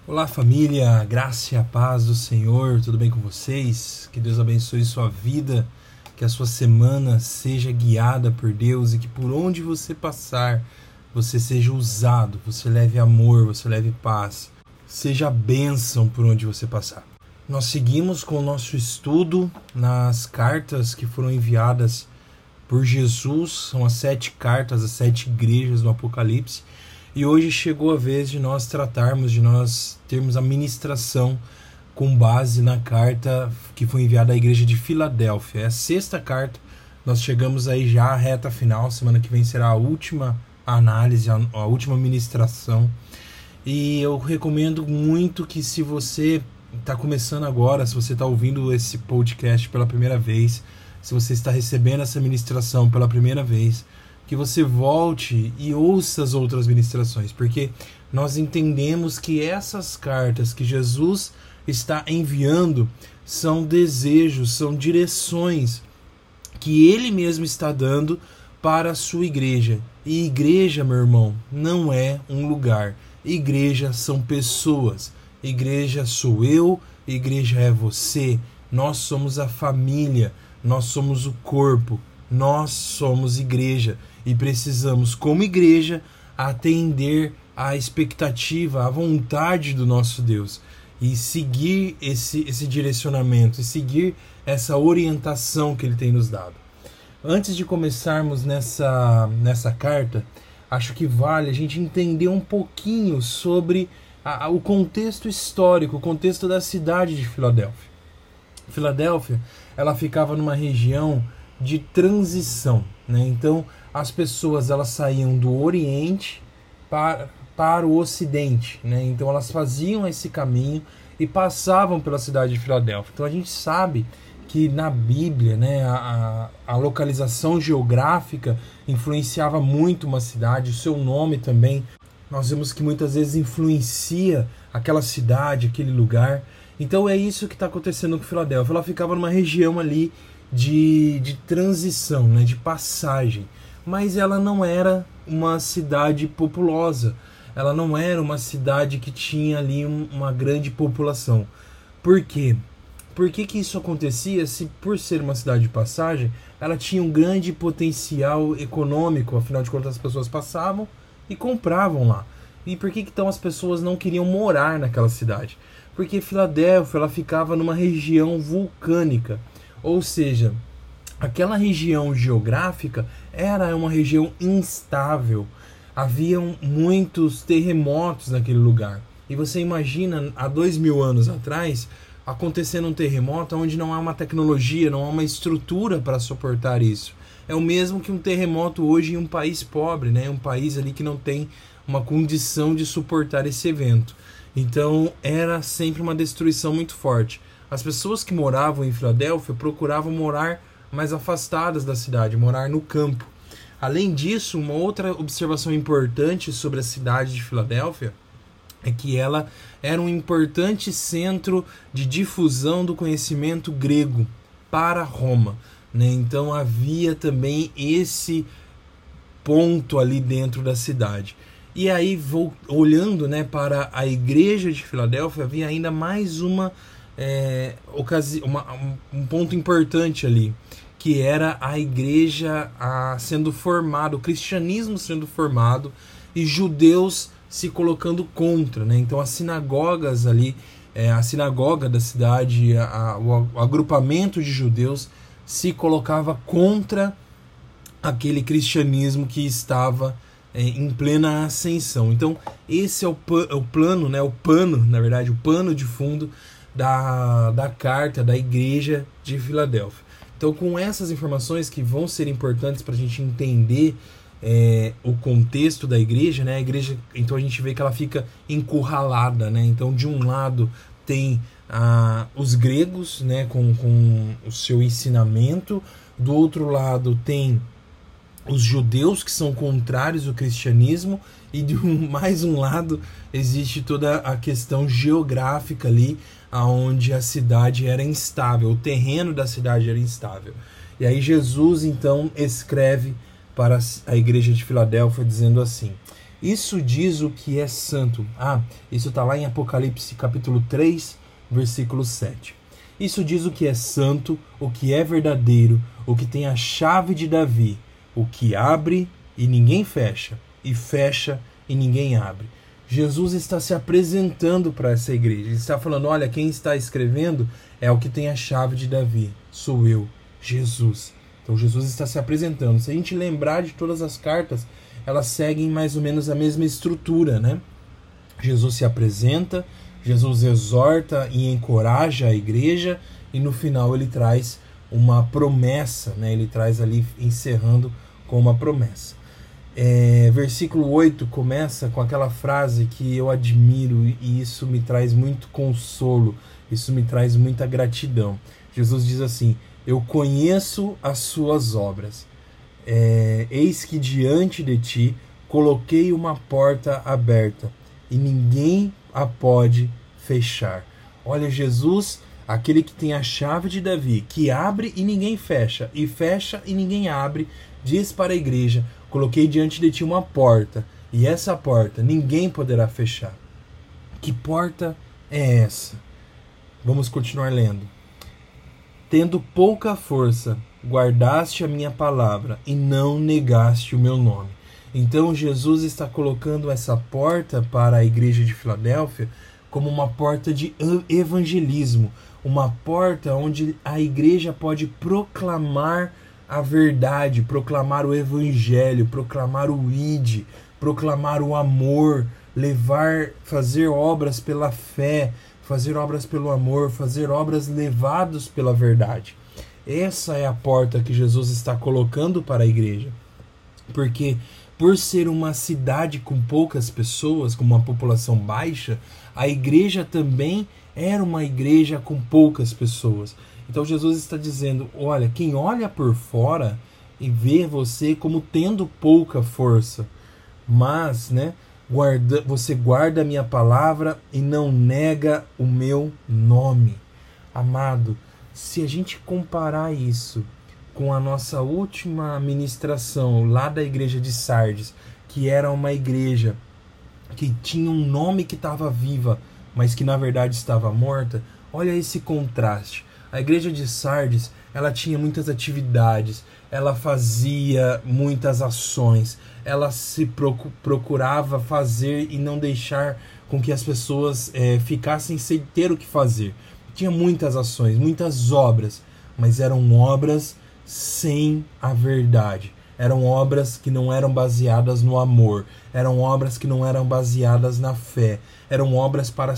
Olá família, graça e a paz do Senhor, tudo bem com vocês? Que Deus abençoe sua vida, que a sua semana seja guiada por Deus e que por onde você passar, você seja usado, você leve amor, você leve paz, seja bênção por onde você passar. Nós seguimos com o nosso estudo nas cartas que foram enviadas por Jesus, são as 7 cartas, as 7 igrejas do Apocalipse. E hoje chegou a vez de nós tratarmos, de nós termos a ministração com base na carta que foi enviada à igreja de Filadélfia. É a 6ª carta, nós chegamos aí já à reta final, semana que vem será a última análise, a última ministração. E eu recomendo muito que, se você está começando agora, se você está ouvindo esse podcast pela primeira vez, se você está recebendo essa ministração pela primeira vez, que você volte e ouça as outras ministrações, porque nós entendemos que essas cartas que Jesus está enviando são desejos, são direções que Ele mesmo está dando para a sua igreja. E igreja, meu irmão, não é um lugar. Igreja são pessoas. Igreja sou eu, igreja é você. Nós somos a família, nós somos o corpo, nós somos igreja. E precisamos, como igreja, atender à expectativa, à vontade do nosso Deus e seguir esse direcionamento, e seguir essa orientação que Ele tem nos dado. Antes de começarmos nessa carta, acho que vale a gente entender um pouquinho sobre o contexto histórico, o contexto da cidade de Filadélfia. Filadélfia, ela ficava numa região de transição, né? Então, as pessoas elas saíam do Oriente para o Ocidente, né? Então elas faziam esse caminho e passavam pela cidade de Filadélfia. Então a gente sabe que na Bíblia, né, a localização geográfica influenciava muito uma cidade, o seu nome também. Nós vemos que muitas vezes influencia aquela cidade, aquele lugar. Então é isso que está acontecendo com Filadélfia. Ela ficava numa região ali de transição, né, de passagem. Mas ela não era uma cidade populosa, ela não era uma cidade que tinha ali uma grande população. Por quê? Por que isso acontecia se, por ser uma cidade de passagem, ela tinha um grande potencial econômico? Afinal de contas, as pessoas passavam e compravam lá. E por que então as pessoas não queriam morar naquela cidade? Porque Filadélfia ela ficava numa região vulcânica, ou seja, aquela região geográfica era uma região instável. Haviam muitos terremotos naquele lugar. E você imagina, há 2000 anos atrás, acontecendo um terremoto onde não há uma tecnologia, não há uma estrutura para suportar isso. É o mesmo que um terremoto hoje em um país pobre, né? Um país ali que não tem uma condição de suportar esse evento. Então era sempre uma destruição muito forte. As pessoas que moravam em Filadélfia procuravam morar mais afastadas da cidade, morar no campo. Além disso, uma outra observação importante sobre a cidade de Filadélfia é que ela era um importante centro de difusão do conhecimento grego para Roma, né? Então havia também esse ponto ali dentro da cidade. E aí, olhando, né, para a igreja de Filadélfia, havia ainda mais um ponto importante ali, que era a igreja sendo formada, o cristianismo sendo formado e judeus se colocando contra, né? Então as sinagogas ali, a sinagoga da cidade, o agrupamento de judeus se colocava contra aquele cristianismo que estava em plena ascensão. Então esse é o plano, né? O pano de fundo da carta da igreja de Filadélfia. Então, com essas informações que vão ser importantes para a gente entender o contexto da igreja, né? A igreja, então a gente vê que ela fica encurralada, né? Então, de um lado tem os gregos, né, com o seu ensinamento, do outro lado tem os judeus que são contrários ao cristianismo, e de mais um lado existe toda a questão geográfica ali, onde a cidade era instável, o terreno da cidade era instável. E aí Jesus então escreve para a igreja de Filadélfia dizendo assim: Isso diz o que é santo. Isso está lá em Apocalipse capítulo 3, versículo 7. Isso diz o que é santo, o que é verdadeiro, o que tem a chave de Davi, o que abre e ninguém fecha, e fecha e ninguém abre. Jesus está se apresentando para essa igreja. Ele está falando, olha, quem está escrevendo é o que tem a chave de Davi. Sou eu, Jesus. Então Jesus está se apresentando. Se a gente lembrar de todas as cartas, elas seguem mais ou menos a mesma estrutura, né? Jesus se apresenta, Jesus exorta e encoraja a igreja e no final ele traz uma promessa, né? Ele traz ali, encerrando com uma promessa. Versículo 8 começa com aquela frase que eu admiro e isso me traz muito consolo, isso me traz muita gratidão. Jesus diz assim, eu conheço as suas obras, eis que diante de ti coloquei uma porta aberta e ninguém a pode fechar. Olha, Jesus, aquele que tem a chave de Davi, que abre e ninguém fecha, e fecha e ninguém abre, diz para a igreja, coloquei diante de ti uma porta, e essa porta ninguém poderá fechar. Que porta é essa? Vamos continuar lendo. Tendo pouca força, guardaste a minha palavra e não negaste o meu nome. Então Jesus está colocando essa porta para a igreja de Filadélfia como uma porta de evangelismo, uma porta onde a igreja pode proclamar a verdade, proclamar o evangelho, proclamar o id, proclamar o amor, fazer obras pela fé, fazer obras pelo amor, fazer obras levados pela verdade. Essa é a porta que Jesus está colocando para a igreja. Porque por ser uma cidade com poucas pessoas, com uma população baixa, a igreja também era uma igreja com poucas pessoas. Então Jesus está dizendo, olha, quem olha por fora e vê você como tendo pouca força, mas, né, você guarda a minha palavra e não nega o meu nome. Amado, se a gente comparar isso com a nossa última ministração lá da igreja de Sardes, que era uma igreja que tinha um nome que estava viva, mas que na verdade estava morta, olha esse contraste. A igreja de Sardes, ela tinha muitas atividades, ela fazia muitas ações, ela se procurava fazer e não deixar com que as pessoas ficassem sem ter o que fazer. Tinha muitas ações, muitas obras, mas eram obras sem a verdade. Eram obras que não eram baseadas no amor, eram obras que não eram baseadas na fé, eram obras para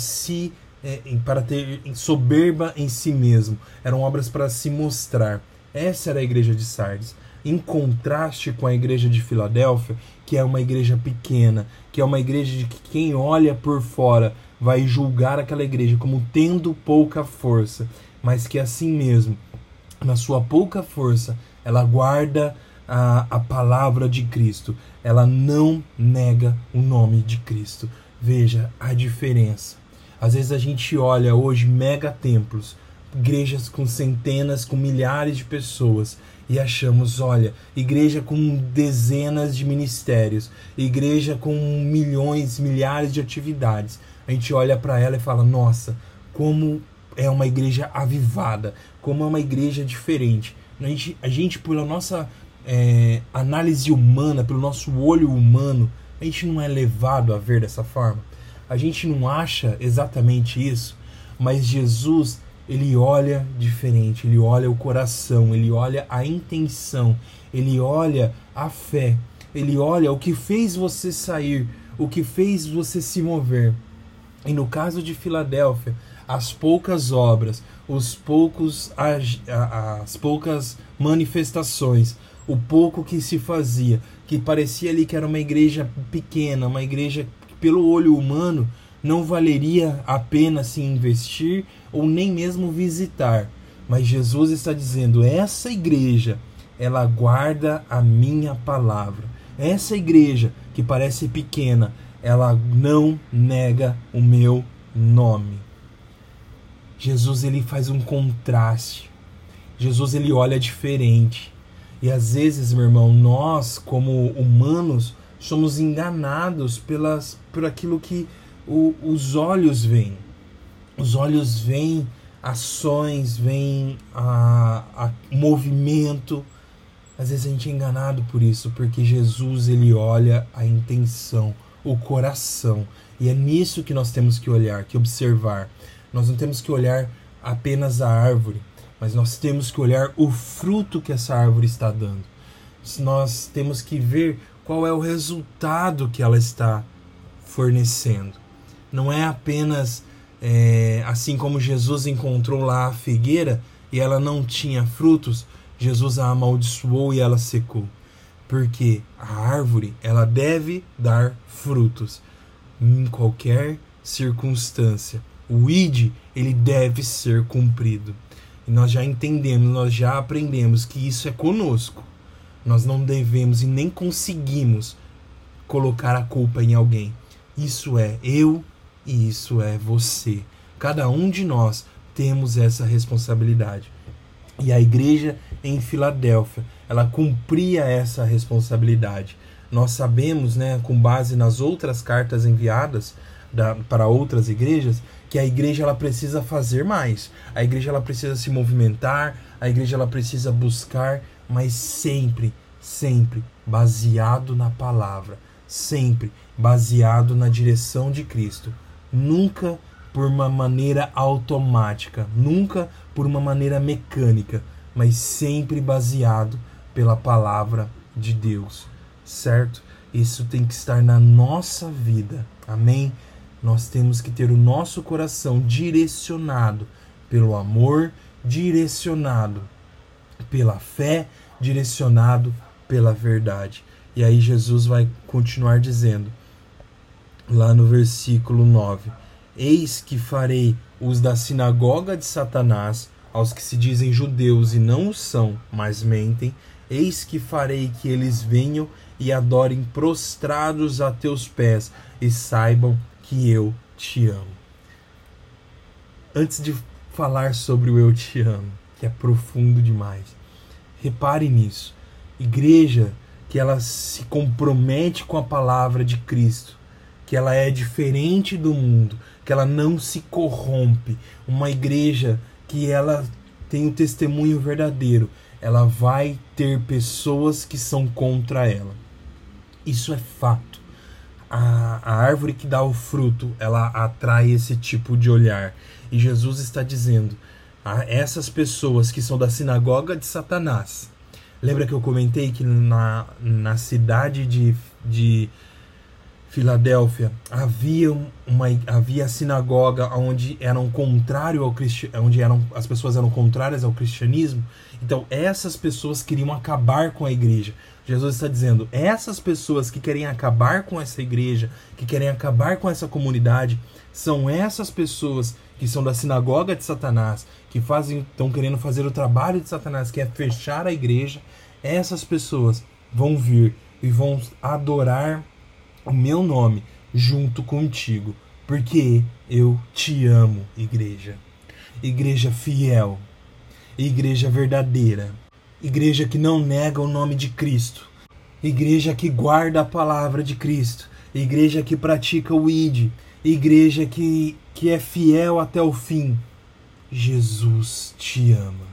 ter soberba em si mesmo, eram obras para se mostrar. Essa era a igreja de Sardes, em contraste com a igreja de Filadélfia, que é uma igreja pequena, que é uma igreja de que quem olha por fora vai julgar aquela igreja como tendo pouca força, mas que assim mesmo, na sua pouca força, ela guarda a palavra de Cristo, ela não nega o nome de Cristo. Veja a diferença. Às vezes a gente olha hoje megatemplos, igrejas com centenas, com milhares de pessoas e achamos, olha, igreja com dezenas de ministérios, igreja com milhões, milhares de atividades. A gente olha para ela e fala, nossa, como é uma igreja avivada, como é uma igreja diferente. A gente pela nossa análise humana, pelo nosso olho humano, a gente não é levado a ver dessa forma. A gente não acha exatamente isso, mas Jesus, ele olha diferente, ele olha o coração, ele olha a intenção, ele olha a fé, ele olha o que fez você sair, o que fez você se mover. E no caso de Filadélfia, as poucas obras, as poucas manifestações, o pouco que se fazia, que parecia ali que era uma igreja pequena, uma igreja que pelo olho humano não valeria a pena se investir ou nem mesmo visitar. Mas Jesus está dizendo, essa igreja, ela guarda a minha palavra. Essa igreja que parece pequena, ela não nega o meu nome. Jesus, ele faz um contraste. Jesus, ele olha diferente. E às vezes, meu irmão, nós como humanos somos enganados por aquilo que os olhos veem. Os olhos veem ações, veem a movimento. Às vezes a gente é enganado por isso, porque Jesus, ele olha a intenção, o coração. E é nisso que nós temos que olhar, que observar. Nós não temos que olhar apenas a árvore, mas nós temos que olhar o fruto que essa árvore está dando. Nós temos que ver qual é o resultado que ela está fornecendo. Não é apenas assim como Jesus encontrou lá a figueira e ela não tinha frutos, Jesus a amaldiçoou e ela secou. Porque a árvore, ela deve dar frutos em qualquer circunstância. O ID, ele deve ser cumprido. E nós já entendemos, nós já aprendemos que isso é conosco. Nós não devemos e nem conseguimos colocar a culpa em alguém. Isso é eu e isso é você. Cada um de nós temos essa responsabilidade. E a igreja em Filadélfia, ela cumpria essa responsabilidade. Nós sabemos, com base nas outras cartas enviadas para outras igrejas, que a igreja ela precisa fazer mais. A igreja ela precisa se movimentar, a igreja ela precisa buscar, mas sempre, sempre baseado na palavra, sempre baseado na direção de Cristo. Nunca por uma maneira automática, nunca por uma maneira mecânica, mas sempre baseado pela palavra de Deus, certo? Isso tem que estar na nossa vida, amém? Nós temos que ter o nosso coração direcionado pelo amor, direcionado pela fé, direcionado pela verdade. E aí Jesus vai continuar dizendo, lá no versículo 9, eis que farei os da sinagoga de Satanás, aos que se dizem judeus e não o são, mas mentem, eis que farei que eles venham e adorem prostrados a teus pés e saibam que eu te amo. Antes de falar sobre o eu te amo, que é profundo demais, repare nisso. Igreja que ela se compromete com a palavra de Cristo, que ela é diferente do mundo, que ela não se corrompe, uma igreja que ela tem um testemunho verdadeiro, ela vai ter pessoas que são contra ela. Isso é fato. A árvore que dá o fruto, ela atrai esse tipo de olhar. E Jesus está dizendo a essas pessoas que são da sinagoga de Satanás. Lembra que eu comentei que na cidade de Filadélfia havia sinagoga onde as pessoas eram contrárias ao cristianismo? Então essas pessoas queriam acabar com a igreja. Jesus está dizendo, essas pessoas que querem acabar com essa igreja, que querem acabar com essa comunidade, são essas pessoas que são da sinagoga de Satanás, que estão querendo fazer o trabalho de Satanás, que é fechar a igreja. Essas pessoas vão vir e vão adorar o meu nome junto contigo, porque eu te amo, igreja. Igreja fiel, igreja verdadeira, igreja que não nega o nome de Cristo, igreja que guarda a palavra de Cristo, igreja que pratica o ID, igreja que é fiel até o fim. Jesus te ama.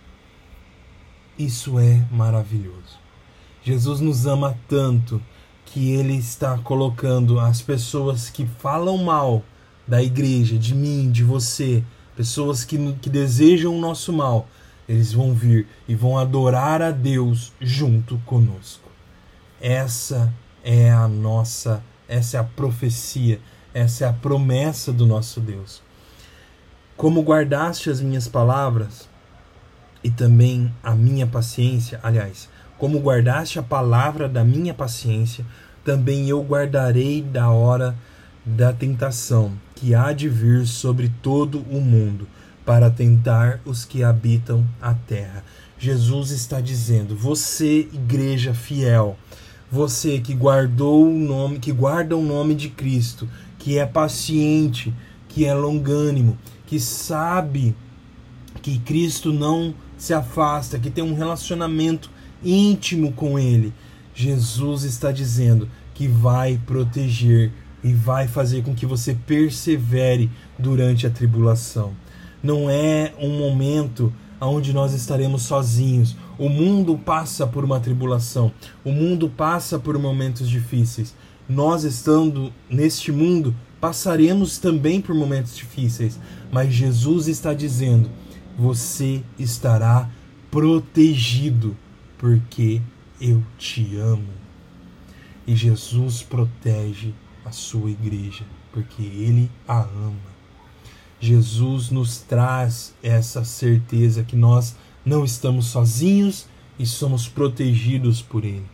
Isso é maravilhoso. Jesus nos ama tanto que ele está colocando as pessoas que falam mal da igreja, de mim, de você, pessoas que desejam o nosso mal, eles vão vir e vão adorar a Deus junto conosco. Essa é a profecia, essa é a promessa do nosso Deus. Como guardaste as minhas palavras e também a minha paciência, como guardaste a palavra da minha paciência, também eu guardarei da hora da tentação, que há de vir sobre todo o mundo, para tentar os que habitam a terra. Jesus está dizendo, você, igreja fiel, você que guarda o nome de Cristo, que é paciente, que é longânimo, que sabe que Cristo não se afasta, que tem um relacionamento íntimo com Ele. Jesus está dizendo que vai proteger e vai fazer com que você persevere durante a tribulação. Não é um momento onde nós estaremos sozinhos. O mundo passa por uma tribulação. O mundo passa por momentos difíceis. Nós, estando neste mundo, passaremos também por momentos difíceis. Mas Jesus está dizendo: você estará protegido, porque eu te amo. E Jesus protege a sua igreja, porque Ele a ama. Jesus nos traz essa certeza que nós não estamos sozinhos e somos protegidos por Ele.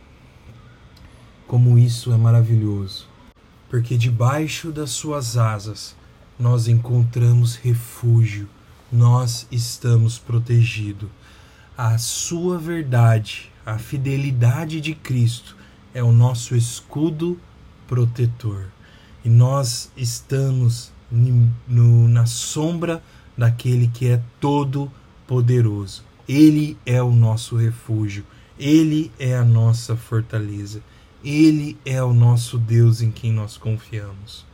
Como isso é maravilhoso, porque debaixo das suas asas nós encontramos refúgio, nós estamos protegidos. A sua verdade, a fidelidade de Cristo é o nosso escudo protetor. E nós estamos na sombra daquele que é todo poderoso. Ele é o nosso refúgio. Ele é a nossa fortaleza. Ele é o nosso Deus em quem nós confiamos.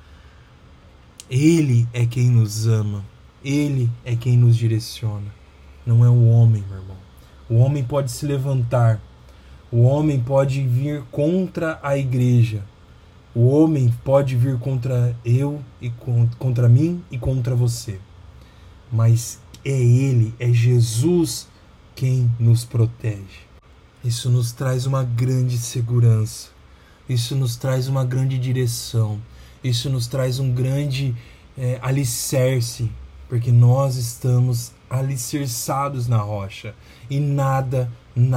Ele é quem nos ama. Ele é quem nos direciona. Não é o homem, meu irmão. O homem pode se levantar. O homem pode vir contra a igreja. O homem pode vir contra eu e contra mim e contra você. Mas é Ele, é Jesus quem nos protege. Isso nos traz uma grande segurança. Isso nos traz uma grande direção. Isso nos traz um grande alicerce, porque nós estamos alicerçados na rocha e nada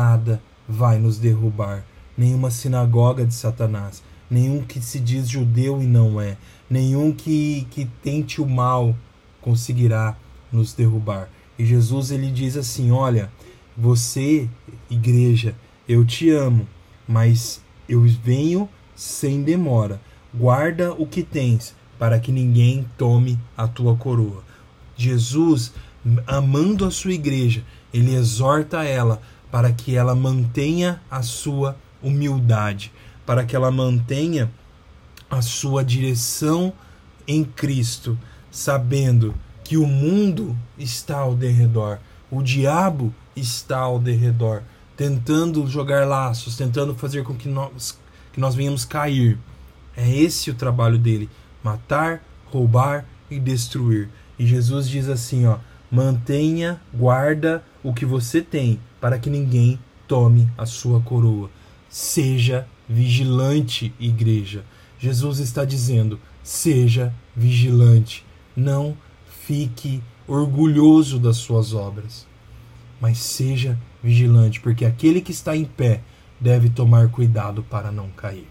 vai nos derrubar. Nenhuma sinagoga de Satanás, nenhum que se diz judeu e não é, nenhum que tente o mal conseguirá nos derrubar. E Jesus, ele diz assim: olha, você, igreja, eu te amo, mas eu venho sem demora. Guarda o que tens, para que ninguém tome a tua coroa. Jesus, amando a sua igreja, ele exorta ela para que ela mantenha a sua humildade, para que ela mantenha a sua direção em Cristo, sabendo que o mundo está ao derredor, o diabo está ao derredor, tentando jogar laços, tentando fazer com que nós venhamos cair. É esse o trabalho dele: matar, roubar e destruir. E Jesus diz assim, mantenha, guarda o que você tem, para que ninguém tome a sua coroa. Seja vigilante, igreja. Jesus está dizendo: seja vigilante. Não fique orgulhoso das suas obras, mas seja vigilante, porque aquele que está em pé deve tomar cuidado para não cair.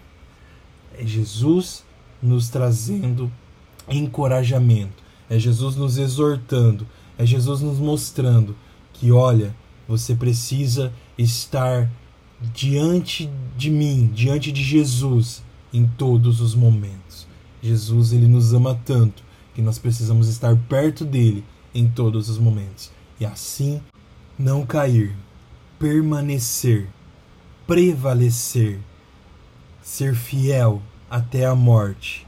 É Jesus nos trazendo encorajamento, é Jesus nos exortando, é Jesus nos mostrando que, olha, você precisa estar diante de mim, diante de Jesus, em todos os momentos. Jesus, ele nos ama tanto que nós precisamos estar perto dele em todos os momentos. E assim, não cair, permanecer, prevalecer, ser fiel até a morte,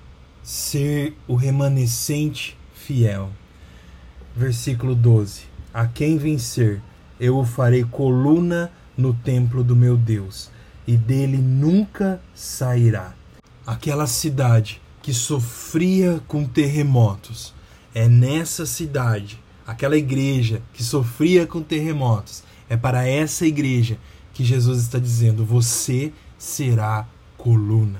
ser o remanescente fiel. Versículo 12. A quem vencer, eu o farei coluna no templo do meu Deus, e dele nunca sairá. Aquela cidade que sofria com terremotos, é nessa cidade, aquela igreja que sofria com terremotos, é para essa igreja que Jesus está dizendo: você será coluna.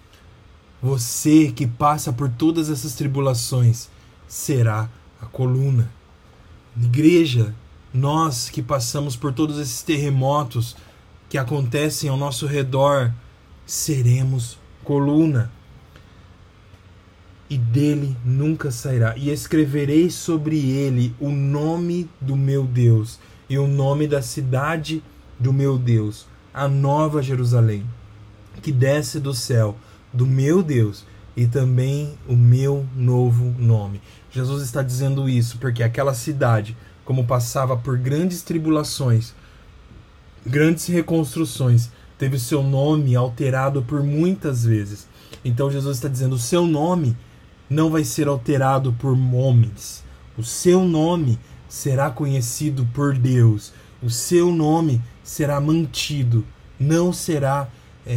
Você que passa por todas essas tribulações será a coluna. Igreja, nós que passamos por todos esses terremotos que acontecem ao nosso redor, seremos coluna. E dele nunca sairá. E escreverei sobre ele o nome do meu Deus e o nome da cidade do meu Deus, a nova Jerusalém, que desce do céu, do meu Deus, e também o meu novo nome. Jesus está dizendo isso porque aquela cidade, como passava por grandes tribulações, grandes reconstruções, teve o seu nome alterado por muitas vezes. Então Jesus está dizendo, o seu nome não vai ser alterado por homens. O seu nome será conhecido por Deus. O seu nome será mantido. Não será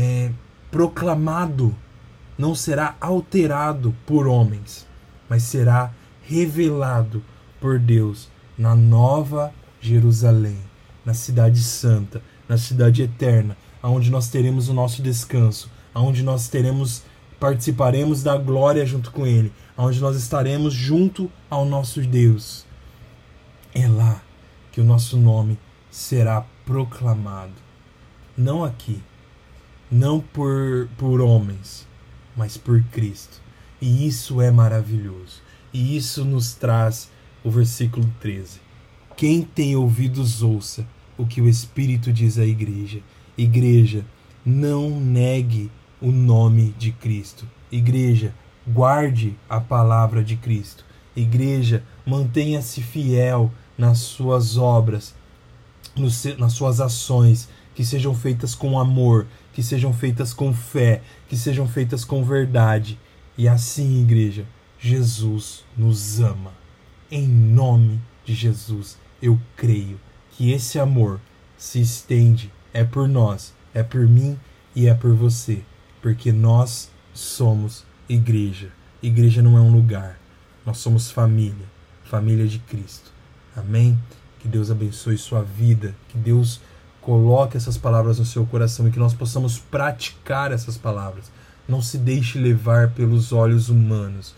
proclamado, não será alterado por homens, mas será revelado por Deus na nova Jerusalém, na cidade santa, na cidade eterna, onde nós teremos o nosso descanso, onde nós participaremos da glória junto com Ele, onde nós estaremos junto ao nosso Deus. É lá que o nosso nome será proclamado. Não aqui, não por homens, mas por Cristo. E isso é maravilhoso. E isso nos traz o versículo 13. Quem tem ouvidos, ouça o que o Espírito diz à igreja. Igreja, não negue o nome de Cristo. Igreja, guarde a palavra de Cristo. Igreja, mantenha-se fiel nas suas obras, nas suas ações, que sejam feitas com amor, que sejam feitas com fé, que sejam feitas com verdade. E assim, igreja, Jesus nos ama. Em nome de Jesus, eu creio que esse amor se estende, é por nós, é por mim e é por você, porque nós somos igreja. Igreja não é um lugar, nós somos família, família de Cristo. Amém? Que Deus abençoe sua vida, que Deus coloque essas palavras no seu coração e que nós possamos praticar essas palavras. Não se deixe levar pelos olhos humanos.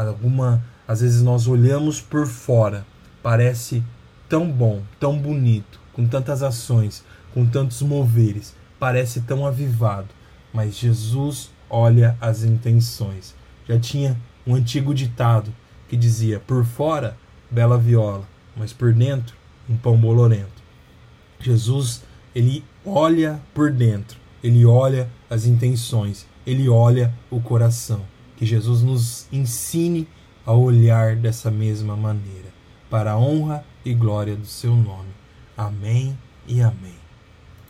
Às vezes nós olhamos por fora, parece tão bom, tão bonito, com tantas ações, com tantos moveres, parece tão avivado, mas Jesus olha as intenções. Já tinha um antigo ditado que dizia, por fora, bela viola, mas por dentro, um pão bolorento. Jesus, ele olha por dentro, ele olha as intenções, ele olha o coração. Que Jesus nos ensine a olhar dessa mesma maneira, para a honra e glória do seu nome. Amém e amém.